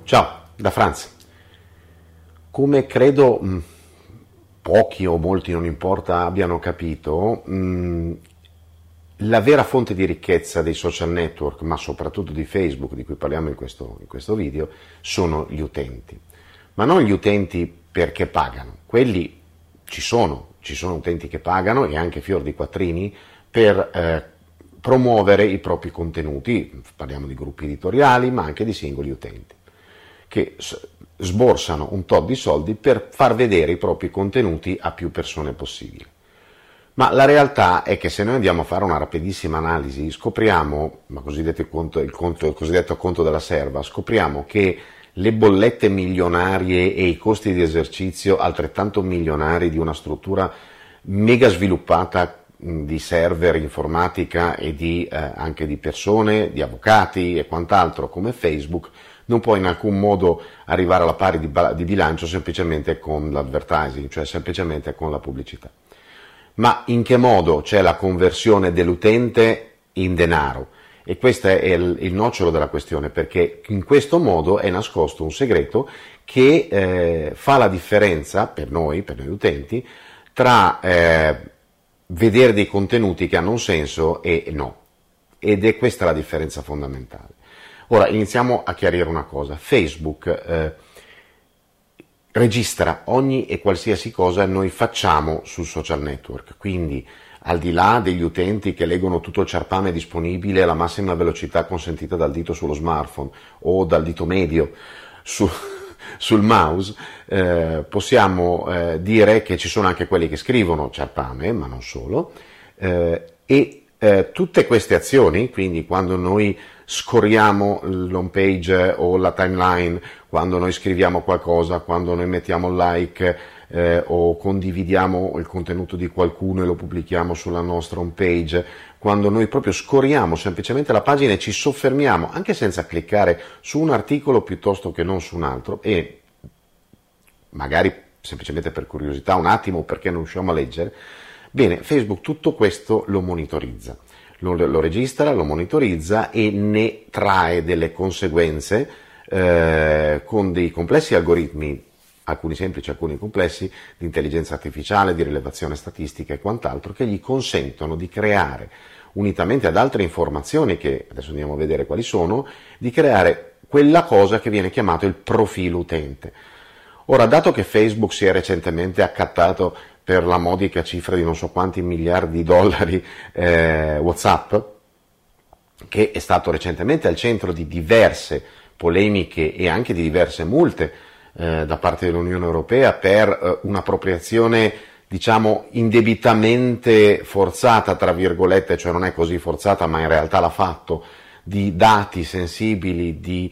Ciao, da Franz. Come credo pochi o molti, non importa, abbiano capito, la vera fonte di ricchezza dei social network, ma soprattutto di Facebook, di cui parliamo in questo video, sono gli utenti. Ma non gli utenti perché pagano, quelli ci sono utenti che pagano e anche fior di quattrini per promuovere i propri contenuti, parliamo di gruppi editoriali, ma anche di singoli utenti, che sborsano un tot di soldi per far vedere i propri contenuti a più persone possibile. Ma la realtà è che se noi andiamo a fare una rapidissima analisi, scopriamo, il cosiddetto conto della serva, scopriamo che le bollette milionarie e i costi di esercizio altrettanto milionari di una struttura mega sviluppata di server, informatica e anche di persone, di avvocati e quant'altro come Facebook, non può in alcun modo arrivare alla pari di bilancio semplicemente con l'advertising, cioè semplicemente con la pubblicità. Ma in che modo c'è la conversione dell'utente in denaro? E questo è il nocciolo della questione, perché in questo modo è nascosto un segreto che fa la differenza per noi utenti, tra vedere dei contenuti che hanno un senso e no. Ed è questa la differenza fondamentale. Ora iniziamo a chiarire una cosa. Facebook registra ogni e qualsiasi cosa noi facciamo sul social network, quindi al di là degli utenti che leggono tutto il ciarpame disponibile alla massima velocità consentita dal dito sullo smartphone o dal dito medio sul mouse, possiamo dire che ci sono anche quelli che scrivono ciarpame, ma non solo, tutte queste azioni, quindi quando noi scorriamo l'home page o la timeline, quando noi scriviamo qualcosa, quando noi mettiamo il like o condividiamo il contenuto di qualcuno e lo pubblichiamo sulla nostra home page, quando noi proprio scorriamo semplicemente la pagina e ci soffermiamo, anche senza cliccare su un articolo piuttosto che non su un altro, e magari semplicemente per curiosità un attimo perché non riusciamo a leggere, bene, Facebook tutto questo lo monitorizza. Lo registra, lo monitorizza e ne trae delle conseguenze con dei complessi algoritmi, alcuni semplici, alcuni complessi, di intelligenza artificiale, di rilevazione statistica e quant'altro, che gli consentono di creare, unitamente ad altre informazioni che adesso andiamo a vedere quali sono, di creare quella cosa che viene chiamato il profilo utente. Ora, dato che Facebook si è recentemente accattato per la modica cifra di non so quanti miliardi di dollari WhatsApp, che è stato recentemente al centro di diverse polemiche e anche di diverse multe da parte dell'Unione Europea per un'appropriazione, diciamo, indebitamente forzata, tra virgolette, cioè non è così forzata ma in realtà l'ha fatto, di dati sensibili, di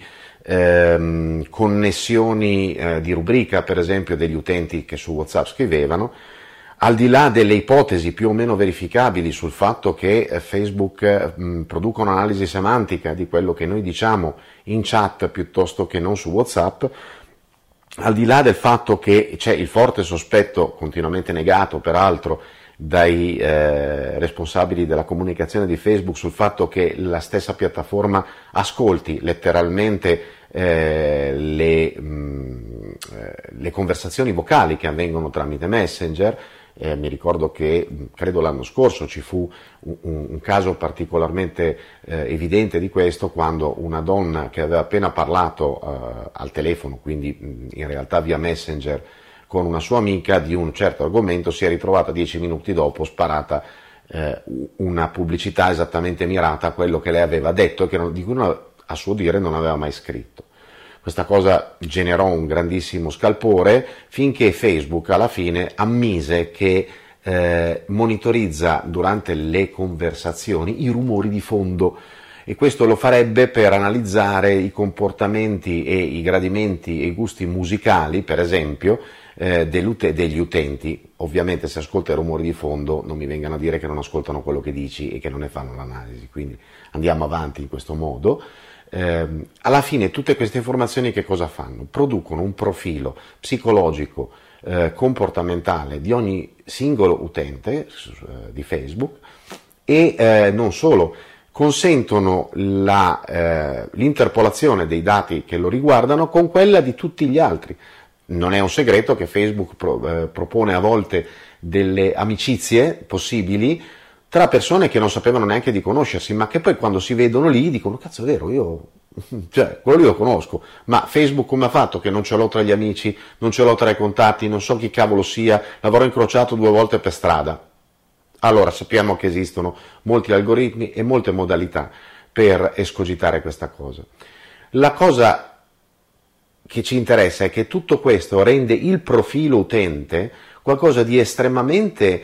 connessioni di rubrica, per esempio, degli utenti che su WhatsApp scrivevano, al di là delle ipotesi più o meno verificabili sul fatto che Facebook produca un'analisi semantica di quello che noi diciamo in chat piuttosto che non su WhatsApp, al di là del fatto che c'è il forte sospetto, continuamente negato peraltro dai responsabili della comunicazione di Facebook, sul fatto che la stessa piattaforma ascolti letteralmente le conversazioni vocali che avvengono tramite Messenger. Mi ricordo che credo l'anno scorso ci fu un caso particolarmente evidente di questo, quando una donna che aveva appena parlato al telefono, quindi in realtà via Messenger, con una sua amica di un certo argomento, si è ritrovata 10 minuti dopo sparata una pubblicità esattamente mirata a quello che lei aveva detto e di cui a suo dire non aveva mai scritto. Questa cosa generò un grandissimo scalpore, finché Facebook alla fine ammise che monitorizza durante le conversazioni i rumori di fondo, e questo lo farebbe per analizzare i comportamenti e i gradimenti e i gusti musicali, per esempio, degli utenti. Ovviamente se ascolta i rumori di fondo non mi vengano a dire che non ascoltano quello che dici e che non ne fanno l'analisi, quindi andiamo avanti in questo modo. Alla fine tutte queste informazioni che cosa fanno? Producono un profilo psicologico, comportamentale di ogni singolo utente di Facebook, e non solo, consentono l'interpolazione dei dati che lo riguardano con quella di tutti gli altri. Non è un segreto che Facebook propone a volte delle amicizie possibili tra persone che non sapevano neanche di conoscersi, ma che poi quando si vedono lì dicono cazzo è vero, cioè quello lì lo conosco, ma Facebook come ha fatto che non ce l'ho tra gli amici, non ce l'ho tra i contatti, non so chi cavolo sia, l'avrò incrociato 2 volte per strada. Allora sappiamo che esistono molti algoritmi e molte modalità per escogitare questa cosa. La cosa che ci interessa è che tutto questo rende il profilo utente qualcosa di estremamente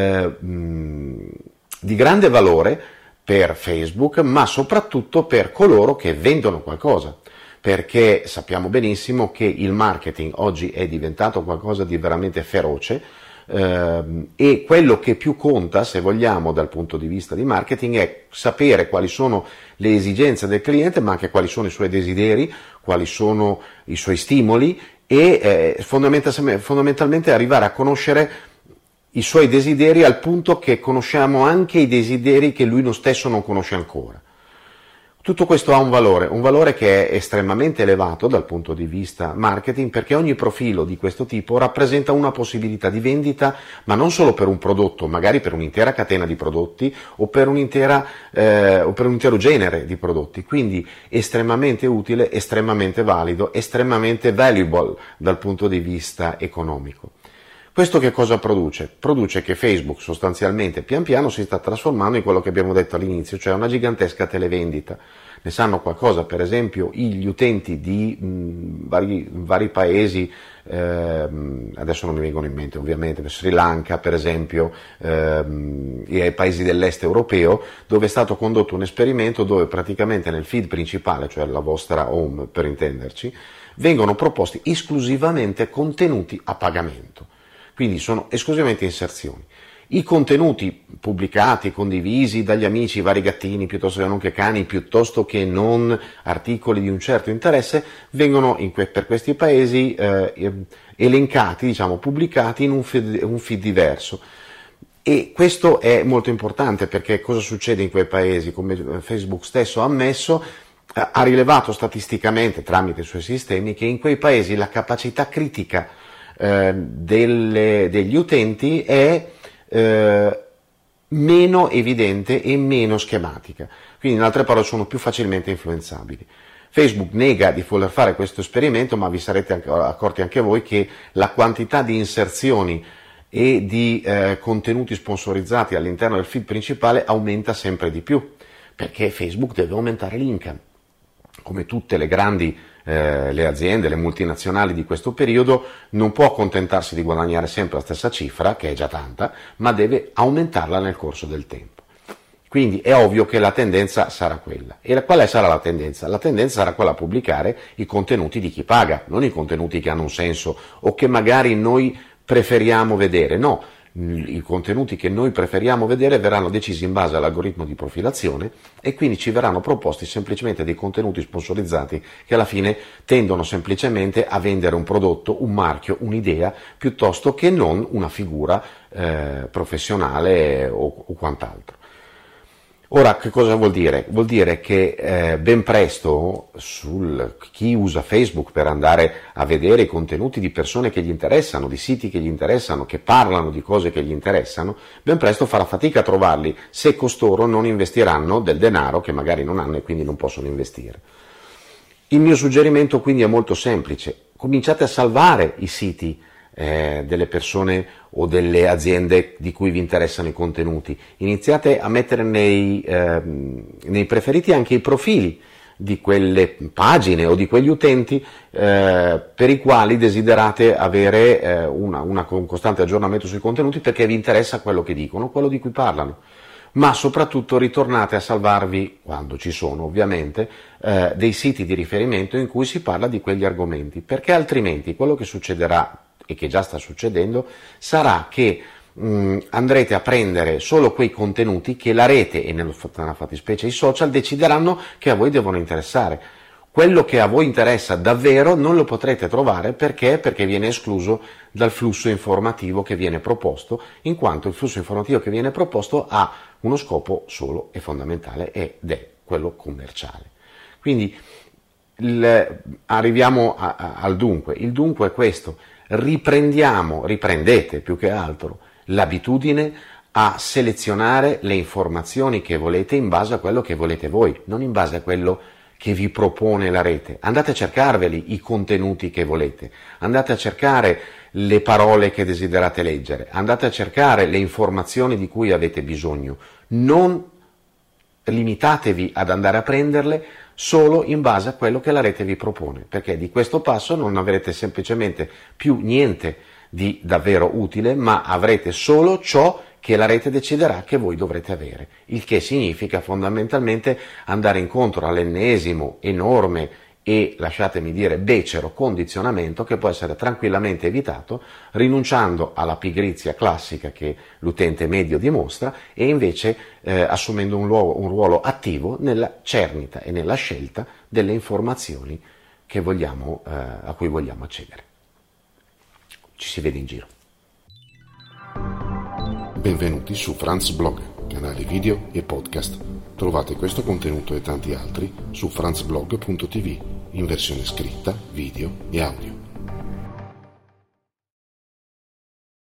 di grande valore per Facebook, ma soprattutto per coloro che vendono qualcosa, perché sappiamo benissimo che il marketing oggi è diventato qualcosa di veramente feroce, e quello che più conta, se vogliamo, dal punto di vista di marketing è sapere quali sono le esigenze del cliente, ma anche quali sono i suoi desideri, quali sono i suoi stimoli e fondamentalmente arrivare a conoscere i suoi desideri al punto che conosciamo anche i desideri che lui stesso non conosce ancora. Tutto questo ha un valore che è estremamente elevato dal punto di vista marketing, perché ogni profilo di questo tipo rappresenta una possibilità di vendita, ma non solo per un prodotto, magari per un'intera catena di prodotti o per un intero genere di prodotti, quindi estremamente utile, estremamente valido, estremamente valuable dal punto di vista economico. Questo che cosa produce? Produce che Facebook sostanzialmente pian piano si sta trasformando in quello che abbiamo detto all'inizio, cioè una gigantesca televendita. Ne sanno qualcosa, per esempio, gli utenti di vari paesi, adesso non mi vengono in mente ovviamente, Sri Lanka per esempio, e ai paesi dell'est europeo, dove è stato condotto un esperimento dove praticamente nel feed principale, cioè la vostra home per intenderci, vengono proposti esclusivamente contenuti a pagamento. Quindi sono esclusivamente inserzioni. I contenuti pubblicati, condivisi dagli amici, vari gattini, piuttosto che non che cani, piuttosto che non articoli di un certo interesse, vengono per questi paesi elencati, diciamo, pubblicati in un feed diverso. E questo è molto importante perché cosa succede in quei paesi? Come Facebook stesso ha ammesso, ha rilevato statisticamente tramite i suoi sistemi che in quei paesi la capacità critica degli utenti è meno evidente e meno schematica, quindi in altre parole sono più facilmente influenzabili. Facebook nega di voler fare questo esperimento, ma vi sarete accorti anche voi che la quantità di inserzioni e di contenuti sponsorizzati all'interno del feed principale aumenta sempre di più, perché Facebook deve aumentare l'income. Come tutte le grandi le aziende, le multinazionali di questo periodo, non può accontentarsi di guadagnare sempre la stessa cifra, che è già tanta, ma deve aumentarla nel corso del tempo. Quindi è ovvio che la tendenza sarà quella. E quale sarà la tendenza? La tendenza sarà quella a pubblicare i contenuti di chi paga, non i contenuti che hanno un senso o che magari noi preferiamo vedere, no. I contenuti che noi preferiamo vedere verranno decisi in base all'algoritmo di profilazione e quindi ci verranno proposti semplicemente dei contenuti sponsorizzati che alla fine tendono semplicemente a vendere un prodotto, un marchio, un'idea, piuttosto che non una figura professionale o quant'altro. Ora, che cosa vuol dire? Vuol dire che ben presto chi usa Facebook per andare a vedere i contenuti di persone che gli interessano, di siti che gli interessano, che parlano di cose che gli interessano, ben presto farà fatica a trovarli se costoro non investiranno del denaro che magari non hanno e quindi non possono investire. Il mio suggerimento quindi è molto semplice: cominciate a salvare i siti delle persone o delle aziende di cui vi interessano i contenuti, iniziate a mettere nei preferiti anche i profili di quelle pagine o di quegli utenti per i quali desiderate avere un costante aggiornamento sui contenuti, perché vi interessa quello che dicono, quello di cui parlano. Ma soprattutto ritornate a salvarvi, quando ci sono ovviamente, dei siti di riferimento in cui si parla di quegli argomenti, perché altrimenti quello che succederà e che già sta succedendo sarà che andrete a prendere solo quei contenuti che la rete e nella fattispecie i social decideranno che a voi devono interessare. Quello che a voi interessa davvero non lo potrete trovare perché viene escluso dal flusso informativo che viene proposto, in quanto il flusso informativo che viene proposto ha uno scopo solo e fondamentale ed è quello commerciale. Quindi arriviamo al dunque. Il dunque è questo: riprendete più che altro l'abitudine a selezionare le informazioni che volete in base a quello che volete voi, non in base a quello che vi propone la rete. Andate a cercarveli i contenuti che volete, andate a cercare le parole che desiderate leggere, andate a cercare le informazioni di cui avete bisogno. Non limitatevi ad andare a prenderle solo in base a quello che la rete vi propone, perché di questo passo non avrete semplicemente più niente di davvero utile, ma avrete solo ciò che la rete deciderà che voi dovrete avere, il che significa fondamentalmente andare incontro all'ennesimo enorme e, lasciatemi dire, becero condizionamento che può essere tranquillamente evitato rinunciando alla pigrizia classica che l'utente medio dimostra e invece assumendo un ruolo attivo nella cernita e nella scelta delle informazioni che a cui vogliamo accedere. Ci si vede in giro. Benvenuti su Franz Blog, canale video e podcast. Trovate questo contenuto e tanti altri su franzblog.tv in versione scritta, video e audio.